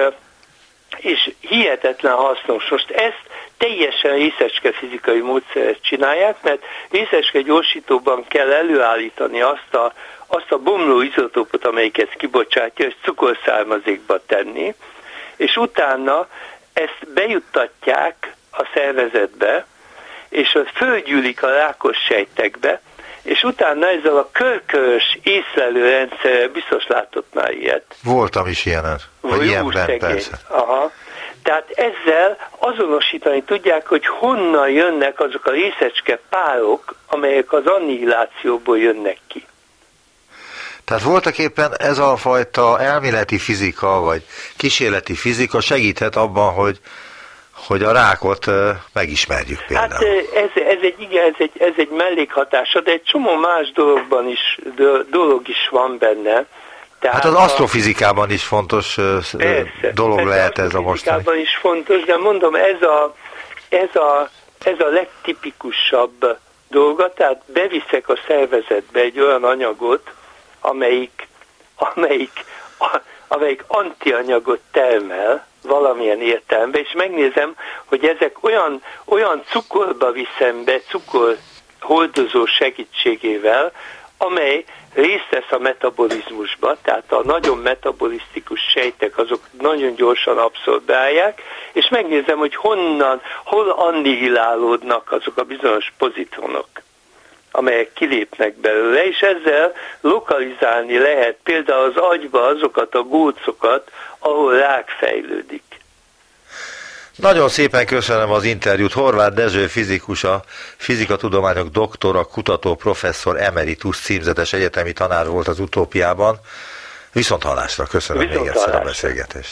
[SPEAKER 4] és hihetetlen hasznos. Most ezt teljesen részecske fizikai módszert csinálják, mert részecske gyorsítóban kell előállítani azt a, azt a bomló izotópot, amelyik ezt kibocsátja, és cukorszármazékba tenni, és utána ezt bejuttatják a szervezetbe, és ott fölgyűlik a rákos sejtekbe, és utána ezzel a körkörös észlelőrendszerrel, biztos látott már ilyet.
[SPEAKER 1] Voltam is ilyenen. Vagy ilyenben, persze.
[SPEAKER 4] Aha. Tehát ezzel azonosítani tudják, hogy honnan jönnek azok a részecske párok, amelyek az annihilációból jönnek ki.
[SPEAKER 1] Tehát voltak éppen ez a fajta elméleti fizika, vagy kísérleti fizika segíthet abban, hogy hogy a rákot megismerjük például.
[SPEAKER 4] Hát ez, ez, egy, igen, ez, egy, ez egy mellékhatása, de egy csomó más dologban is, dolog is van benne. Tehát
[SPEAKER 1] hát az asztrofizikában is fontos
[SPEAKER 4] persze,
[SPEAKER 1] dolog
[SPEAKER 4] persze,
[SPEAKER 1] lehet ez a mostani.
[SPEAKER 4] Az is fontos, de mondom, ez a, ez a, ez a legtipikusabb dolga, tehát beviszek a szervezetbe egy olyan anyagot, amelyik, amelyik, amelyik antianyagot termel, valamilyen értelemben, és megnézem, hogy ezek olyan, olyan cukorba viszem be, cukor holdozó segítségével, amely részt vesz a metabolizmusba, tehát a nagyon metabolisztikus sejtek azok nagyon gyorsan abszorbálják, és megnézem, hogy honnan, hol annihilálódnak azok a bizonyos pozitronok, amelyek kilépnek belőle, és ezzel lokalizálni lehet például az agyba azokat a gócokat, ahol rák fejlődik.
[SPEAKER 1] Nagyon szépen köszönöm az interjút. Horváth Dezső fizikus, a fizikatudományok doktora, kutató, professzor, emeritus címzetes egyetemi tanár volt az Utópiában. Viszont hallásra, köszönöm Viszont még egyszer a beszélgetést.